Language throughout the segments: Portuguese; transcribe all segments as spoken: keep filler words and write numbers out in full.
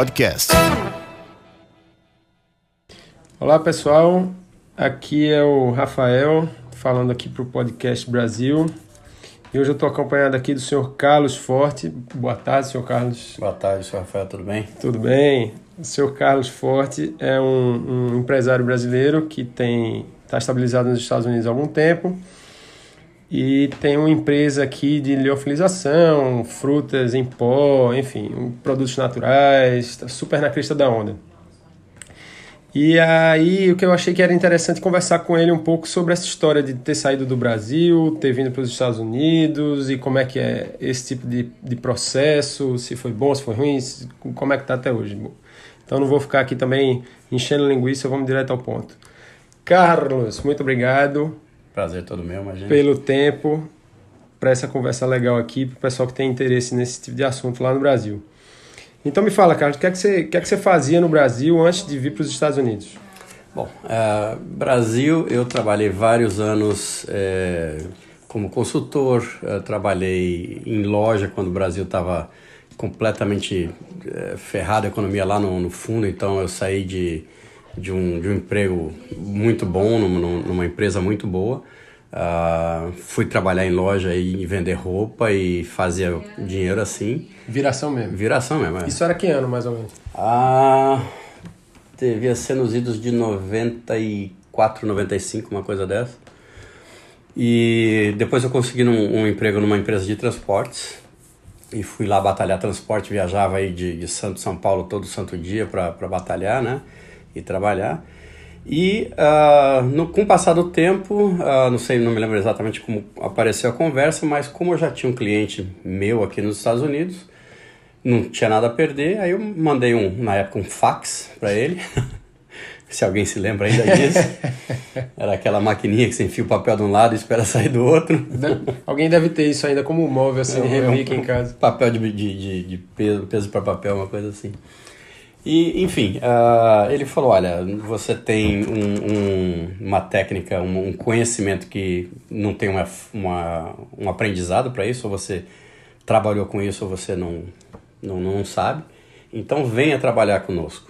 Podcast. Olá pessoal, aqui é o Rafael, falando aqui para o Podcast Brasil. E hoje eu estou acompanhado aqui do senhor Carlos Forte. Boa tarde, senhor Carlos. Boa tarde, senhor Rafael, tudo bem? Tudo bem. O senhor Carlos Forte é um, um empresário brasileiro que tem está estabilizado nos Estados Unidos há algum tempo e tem uma empresa aqui de liofilização, frutas em pó, enfim, produtos naturais, está super na crista da onda. E aí o que eu achei que era interessante conversar com ele um pouco sobre essa história de ter saído do Brasil, ter vindo para os Estados Unidos e como é que é esse tipo de, de processo, se foi bom, se foi ruim, se, como é que está até hoje. Então não vou ficar aqui também enchendo linguiça, vamos direto ao ponto. Carlos, muito obrigado. Prazer todo meu, imagina. Pelo tempo, para essa conversa legal aqui, para o pessoal que tem interesse nesse tipo de assunto lá no Brasil. Então me fala, Carlos, o que é que você, o que é que você fazia no Brasil antes de vir para os Estados Unidos? Bom, uh, Brasil, eu trabalhei vários anos uh, como consultor, uh, trabalhei em loja quando o Brasil estava completamente uh, ferrado, a economia lá no, no fundo, então eu saí de, de, um, de um emprego muito bom, numa, numa empresa muito boa. Uh, fui trabalhar em loja e vender roupa e fazia dinheiro assim. Viração mesmo? Viração mesmo, é. Isso era que ano, mais ou menos? Ah, devia ser nos idos de noventa e quatro, noventa e cinco, uma coisa dessa. E depois eu consegui um, um emprego numa empresa de transportes e fui lá batalhar transporte, viajava aí de, de Santo São Paulo todo santo dia para batalhar, né, e trabalhar. E uh, no, com o passar do tempo, uh, não sei, não me lembro exatamente como apareceu a conversa, mas como eu já tinha um cliente meu aqui nos Estados Unidos, não tinha nada a perder, aí eu mandei um, na época um fax para ele, se alguém se lembra ainda disso. Era aquela maquininha que você enfia o papel de um lado e espera sair do outro. Alguém deve ter isso ainda como móvel, assim, de relíquia em casa. Papel de, de, de, de peso, peso para papel, uma coisa assim. E, enfim, uh, ele falou, olha, você tem um, um, uma técnica, um, um conhecimento que não tem uma, uma, um aprendizado para isso, ou você trabalhou com isso ou você não, não, não sabe, então venha trabalhar conosco.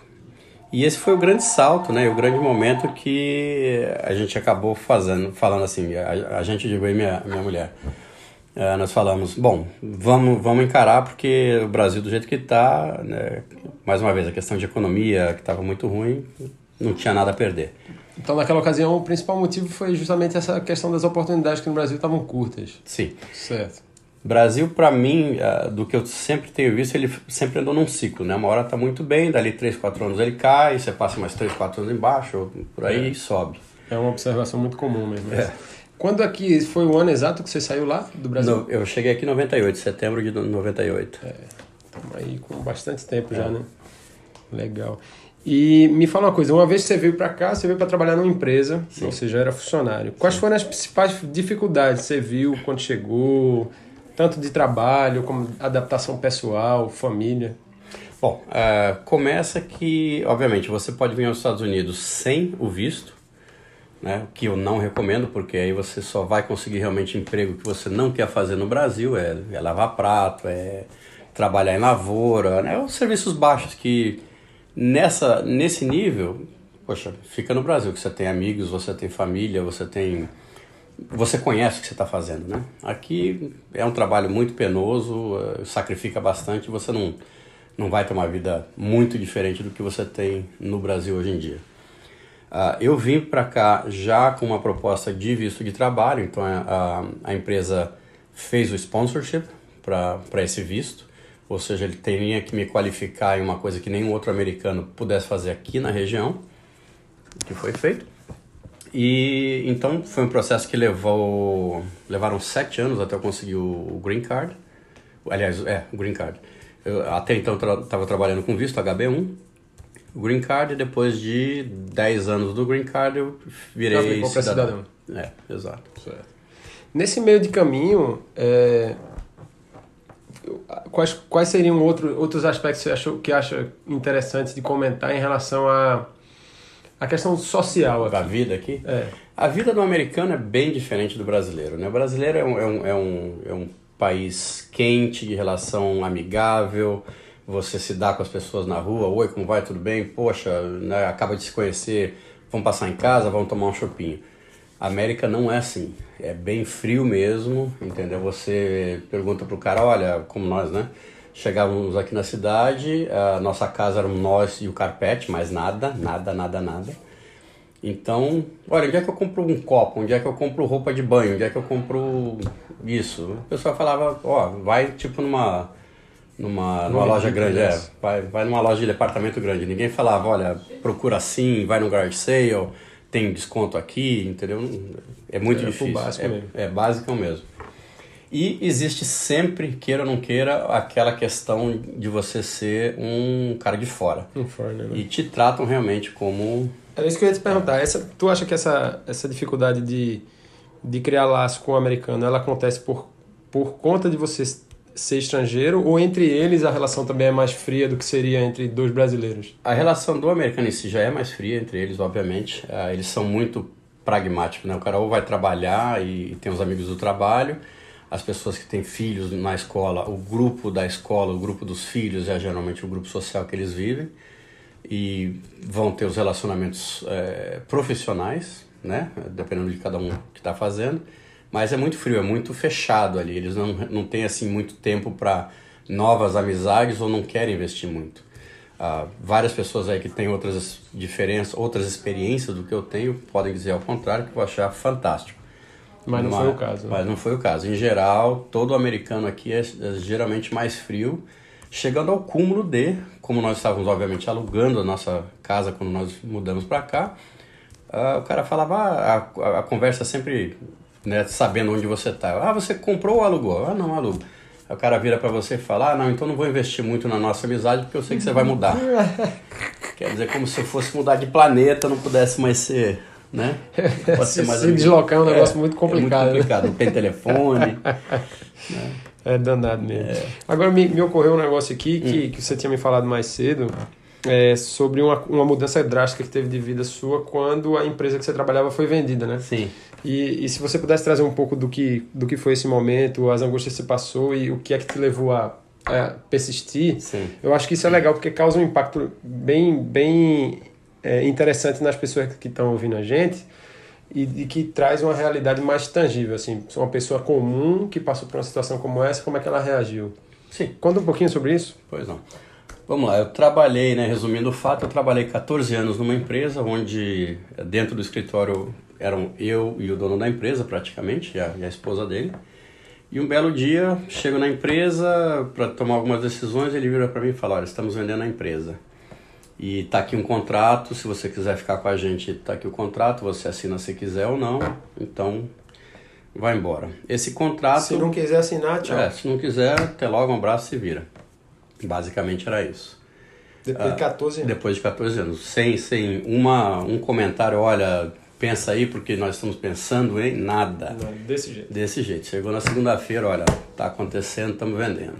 E esse foi o grande salto, né, o grande momento que a gente acabou fazendo, falando assim, a, a gente, digo, eu e minha, minha mulher. Uh, nós falamos, bom, vamos, vamos encarar porque o Brasil do jeito que está, né, mais uma vez, a questão de economia que estava muito ruim, não tinha nada a perder. Então naquela ocasião o principal motivo foi justamente essa questão das oportunidades que no Brasil estavam curtas. Sim. Certo. Brasil, para mim, uh, do que eu sempre tenho visto, ele sempre andou num ciclo, né? Uma hora está muito bem, dali três, quatro anos ele cai, você passa mais três, quatro anos embaixo, por aí é. e sobe. É uma observação muito comum mesmo. É. Quando aqui foi o ano exato que você saiu lá do Brasil? No, eu cheguei aqui em noventa e oito, setembro de noventa e oito. É, estamos aí com bastante tempo é. já, né? Legal. E me fala uma coisa, uma vez que você veio para cá, você veio para trabalhar numa empresa, Sim. ou seja, era funcionário. Quais Sim. foram as principais dificuldades que você viu quando chegou, tanto de trabalho como adaptação pessoal, família? Bom, uh, começa que, obviamente, você pode vir aos Estados Unidos sem o visto, né, que eu não recomendo, porque aí você só vai conseguir realmente emprego que você não quer fazer no Brasil, é, é lavar prato, é trabalhar em lavoura, né, os serviços baixos que nessa, nesse nível, poxa, fica no Brasil, que você tem amigos, você tem família, você tem, você conhece o que você está fazendo, né? Aqui é um trabalho muito penoso, sacrifica bastante, você não, não vai ter uma vida muito diferente do que você tem no Brasil hoje em dia. Uh, eu vim para cá já com uma proposta de visto de trabalho, então a, a, a empresa fez o sponsorship para esse visto, ou seja, ele teria que me qualificar em uma coisa que nenhum outro americano pudesse fazer aqui na região, que foi feito. E então foi um processo que levou, levaram sete anos até eu conseguir o, o Green Card, aliás, é, o Green Card. Eu, até então estava tra- trabalhando com visto H B um, o Green Card, e depois de dez anos do Green Card eu virei cidadão. cidadão. É, exato. Certo. Nesse meio de caminho, é, quais, quais seriam outro, outros aspectos que você achou, que acha interessante de comentar em relação a, a questão social aqui? Da vida aqui? É. A vida do americano é bem diferente do brasileiro, né? O brasileiro é um, é um, é um, é um país quente, de relação amigável, você se dá com as pessoas na rua, oi, como vai, tudo bem? Poxa, né, acaba de se conhecer, vamos passar em casa, vamos tomar um chopinho. A América não é assim, é bem frio mesmo, entendeu? Você pergunta pro cara, olha, como nós, né? Chegávamos aqui na cidade, a nossa casa era nós e o carpete, mais nada, nada, nada, nada. Então, olha, onde é que eu compro um copo? Onde é que eu compro roupa de banho? Onde é que eu compro isso? O pessoal falava, ó, vai tipo numa, numa, numa loja grande, é, vai, vai numa loja de departamento grande. Ninguém falava, olha, procura assim, vai no garage sale, tem desconto aqui, entendeu? É muito é difícil, básico é, mesmo. é básico mesmo. E existe sempre, queira ou não queira, aquela questão de você ser um cara de fora. Um foreigner, né? E te tratam realmente como... Era isso que eu ia te perguntar. Essa, tu acha que essa, essa dificuldade de, de criar laço com o americano, ela acontece por, por conta de você ser estrangeiro, ou entre eles a relação também é mais fria do que seria entre dois brasileiros? A relação do americano em si já é mais fria entre eles, obviamente. Uh, eles são muito pragmáticos, né? O cara ou vai trabalhar e, e tem os amigos do trabalho, as pessoas que têm filhos na escola, o grupo da escola, o grupo dos filhos é geralmente o grupo social que eles vivem, e vão ter os relacionamentos é, profissionais, né? Dependendo de cada um que está fazendo, mas é muito frio, é muito fechado ali, eles não, não têm assim muito tempo para novas amizades ou não querem investir muito. Uh, várias pessoas aí que têm outras diferenças, outras experiências do que eu tenho, podem dizer ao contrário, que eu vou achar fantástico. Mas não mas, foi o caso. Mas não foi o caso. Em geral, todo americano aqui é, é geralmente mais frio, chegando ao cúmulo de, como nós estávamos obviamente alugando a nossa casa quando nós mudamos para cá, uh, o cara falava, ah, a, a conversa sempre, né, sabendo onde você está. Ah, você comprou ou alugou? Ah, não, alugo. Aí o cara vira para você e fala, ah, não, então não vou investir muito na nossa amizade porque eu sei que você vai mudar. Quer dizer, como se eu fosse mudar de planeta, não pudesse mais ser... Né? Pode ser mais se deslocar é um negócio é, muito complicado. É muito complicado, não tem telefone. Né? É danado mesmo. É. Agora me, me ocorreu um negócio aqui que, hum. que você tinha me falado mais cedo, é, sobre uma, uma mudança drástica que teve de vida sua quando a empresa que você trabalhava foi vendida, né? Sim. E, e se você pudesse trazer um pouco do que, do que foi esse momento, as angústias que você passou e o que é que te levou a, a persistir, Sim. Eu acho que isso é legal porque causa um impacto bem... bem É interessante nas pessoas que estão ouvindo a gente e, e que traz uma realidade mais tangível, assim, uma pessoa comum que passou por uma situação como essa, como é que ela reagiu? Sim. Conta um pouquinho sobre isso. Pois não. Vamos lá, eu trabalhei, né, resumindo o fato, eu trabalhei catorze anos numa empresa onde dentro do escritório eram eu e o dono da empresa praticamente, e a, e a esposa dele. E um belo dia, chego na empresa para tomar algumas decisões, ele vira para mim e fala, olha, estamos vendendo a empresa. E tá aqui um contrato, se você quiser ficar com a gente, tá aqui o contrato, você assina se quiser ou não, então vai embora. Esse contrato... Se não quiser assinar, tchau. É, se não quiser, até logo, um abraço e se vira. Basicamente era isso. Depois de catorze anos. Depois de catorze anos. Sem, sem uma, um comentário, olha, pensa aí porque nós estamos pensando em nada. Não, desse jeito. Desse jeito. Chegou na segunda-feira, olha, tá acontecendo, estamos vendendo.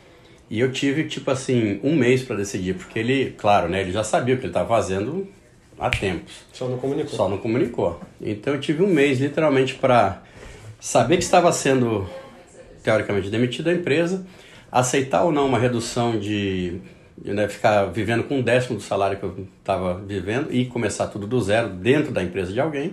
E eu tive, tipo assim, um mês para decidir, porque ele, claro, né, ele já sabia o que ele estava fazendo há tempos. Só não comunicou. Só não comunicou. Então eu tive um mês, literalmente, para saber que estava sendo, teoricamente, demitido da empresa, aceitar ou não uma redução de, de né, ficar vivendo com um décimo do salário que eu estava vivendo e começar tudo do zero dentro da empresa de alguém,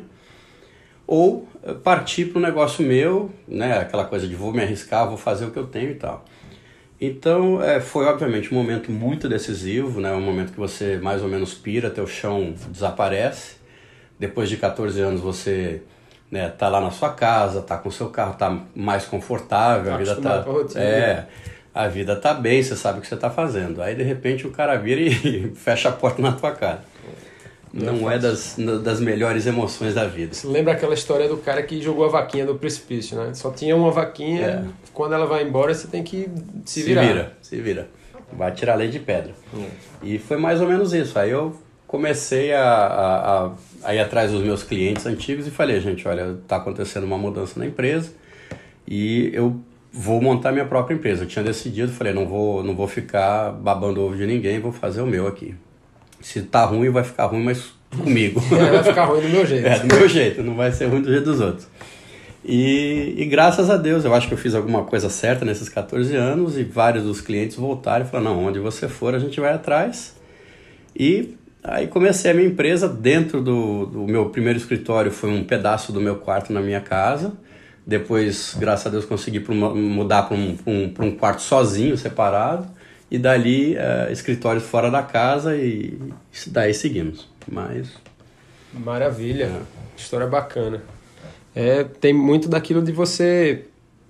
ou partir para um negócio meu, né, aquela coisa de vou me arriscar, vou fazer o que eu tenho e tal. Então, é, foi obviamente um momento muito decisivo, né? Um momento que você mais ou menos pira, teu chão desaparece. Depois de catorze anos você, né, tá lá na sua casa, tá com o seu carro, tá mais confortável, tá a vida tá, é, a vida tá bem, você sabe o que você tá fazendo. Aí de repente o cara vira e fecha a porta na tua cara. Não, Não é das, das melhores emoções da vida. Você lembra aquela história do cara que jogou a vaquinha do precipício, né? Só tinha uma vaquinha, é. Quando ela vai embora você tem que se, se virar. Se vira, se vira. Vai tirar leite de pedra. Hum. E foi mais ou menos isso. Aí eu comecei a, a, a, a ir atrás dos meus clientes antigos e falei, gente, olha, tá acontecendo uma mudança na empresa e eu vou montar minha própria empresa. Eu tinha decidido, falei, não vou, não vou ficar babando ovo de ninguém, vou fazer o meu aqui. Se tá ruim, vai ficar ruim, mas comigo. É, vai ficar ruim do meu jeito. É, do meu jeito, não vai ser ruim do jeito dos outros. E, e graças a Deus, eu acho que eu fiz alguma coisa certa nesses catorze anos e vários dos clientes voltaram e falaram, não, onde você for a gente vai atrás. E aí comecei a minha empresa dentro do, do meu primeiro escritório, foi um pedaço do meu quarto na minha casa. Depois, graças a Deus, consegui mudar para um, um, um quarto sozinho, separado. E dali, uh, escritórios fora da casa e daí seguimos. Mas... Maravilha, é. História bacana. É, tem muito daquilo de você,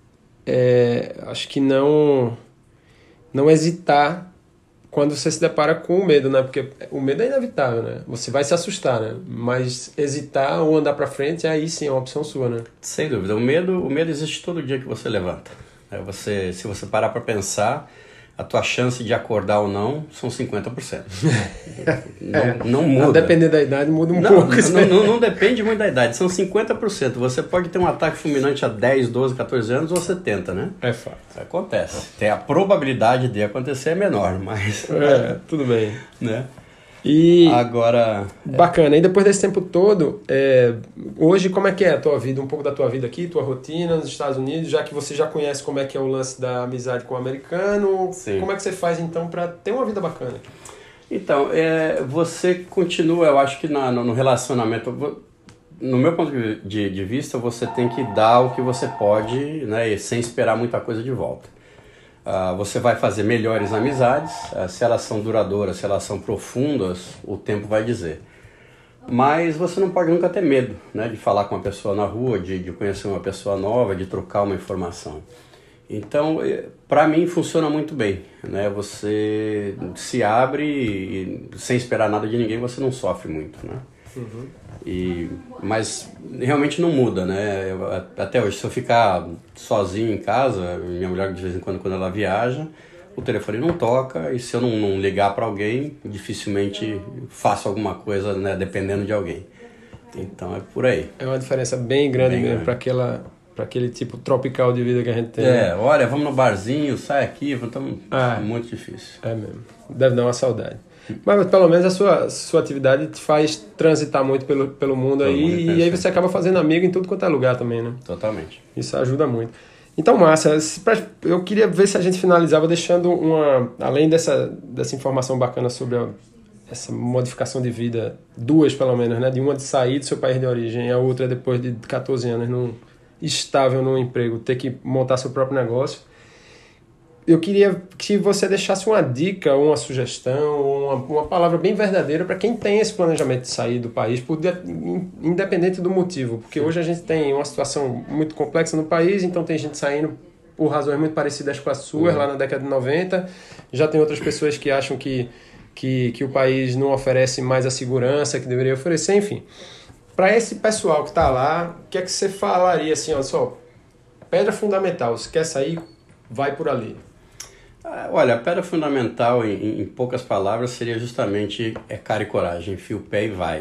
é, acho que não, não hesitar quando você se depara com o medo, né? Porque o medo é inevitável, né? Você vai se assustar, né? Mas hesitar ou andar para frente, aí sim é uma opção sua, né? Sem dúvida. O medo, o medo existe todo dia que você levanta. É você, se você parar para pensar, a tua chance de acordar ou não são cinquenta por cento. Não, é, não muda. A depender da idade, muda um não, pouco. Não, não, não depende muito da idade, são cinquenta por cento. Você pode ter um ataque fulminante a dez, doze, catorze anos ou setenta, né? É fato. Acontece. Tem a probabilidade de acontecer é menor, mas... É, tudo bem. Né? E agora... Bacana. E depois desse tempo todo, é, hoje como é que é a tua vida? Um pouco da tua vida aqui, tua rotina nos Estados Unidos, já que você já conhece como é que é o lance da amizade com o americano. Sim. Como é que você faz então para ter uma vida bacana? Então, é, você continua, eu acho que na, no relacionamento, no meu ponto de, de vista, você tem que dar o que você pode, né, sem esperar muita coisa de volta. Uh, você vai fazer melhores amizades, uh, se elas são duradouras, se elas são profundas, o tempo vai dizer. Mas você não pode nunca ter medo, né, de falar com uma pessoa na rua, de, de conhecer uma pessoa nova, de trocar uma informação. Então, para mim, funciona muito bem, né? Você se abre e, sem esperar nada de ninguém, você não sofre muito, né? Uhum. E, mas realmente não muda, né? Eu, até hoje, se eu ficar sozinho em casa, minha mulher de vez em quando, quando ela viaja, o telefone não toca, e se eu não, não ligar para alguém, dificilmente faço alguma coisa, né, dependendo de alguém. Então é por aí. É uma diferença bem grande bem mesmo para aquela... para aquele tipo tropical de vida que a gente tem. É, olha, vamos no barzinho, sai aqui, então é muito difícil. É mesmo, deve dar uma saudade. Mas pelo menos a sua, sua atividade te faz transitar muito pelo, pelo mundo Todo aí, mundo e aí você acaba fazendo amigo em tudo quanto é lugar também, né? Totalmente. Isso ajuda muito. Então, Márcia, eu queria ver se a gente finalizava deixando uma, além dessa, dessa informação bacana sobre a, essa modificação de vida, duas pelo menos, né? De uma de sair do seu país de origem e a outra depois de catorze anos num estável no emprego, ter que montar seu próprio negócio. Eu queria que você deixasse uma dica, uma sugestão, uma, uma palavra bem verdadeira para quem tem esse planejamento de sair do país, por de, independente do motivo. Porque hoje a gente tem uma situação muito complexa no país, então tem gente saindo por razões muito parecidas com as suas, uhum. lá na década de noventa. Já tem outras pessoas que acham que, que, que o país não oferece mais a segurança que deveria oferecer, enfim. Para esse pessoal que está lá, o que é que você falaria assim, olha só, pedra fundamental, se quer sair, vai por ali. Olha, a pedra fundamental, em, em poucas palavras, seria justamente é cara e coragem, enfia o pé e vai.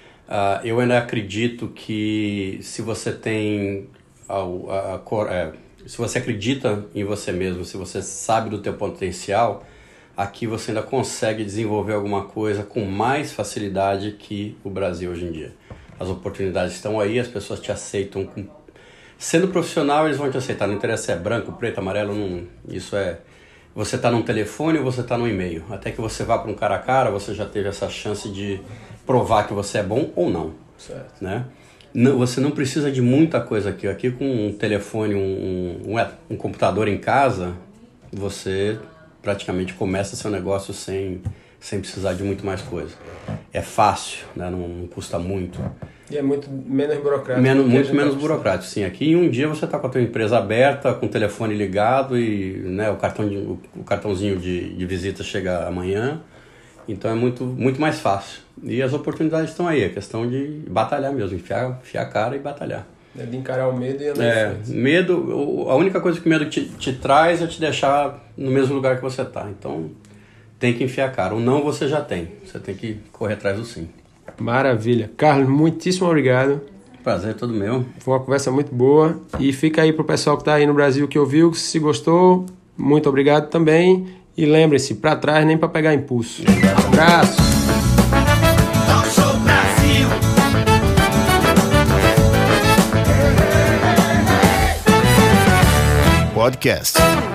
Uh, eu ainda acredito que se você tem, a, a, a, a, se você acredita em você mesmo, se você sabe do teu potencial, aqui você ainda consegue desenvolver alguma coisa com mais facilidade que o Brasil hoje em dia. As oportunidades estão aí, as pessoas te aceitam. Com... Sendo profissional, eles vão te aceitar. Não interessa se é branco, preto, amarelo, não... isso é... Você está num telefone ou você está num e-mail. Até que você vá para um cara a cara, você já teve essa chance de provar que você é bom ou não. Certo. Né? Não, você não precisa de muita coisa aqui. Aqui com um telefone, um, um, um computador em casa, você praticamente começa seu negócio sem... sem precisar de muito mais coisa. É fácil, né? não, não custa muito. E é muito menos burocrático. Menos, muito menos burocrático, sim. Aqui em um dia você está com a tua empresa aberta, com o telefone ligado e né, o, cartão de, o, o cartãozinho de, de visita chega amanhã. Então é muito, muito mais fácil. E as oportunidades estão aí, é questão de batalhar mesmo, enfiar, enfiar a cara e batalhar. É de encarar o medo e andar é, em frente. Medo, a única coisa que o medo te, te traz é te deixar no mesmo lugar que você está. Então... tem que enfiar a cara. O não você já tem. Você tem que correr atrás do sim. Maravilha. Carlos, muitíssimo obrigado. Prazer todo meu. Foi uma conversa muito boa. E fica aí pro pessoal que tá aí no Brasil que ouviu, se gostou, muito obrigado também. E lembre-se, para trás nem para pegar impulso. Abraço. Podcast.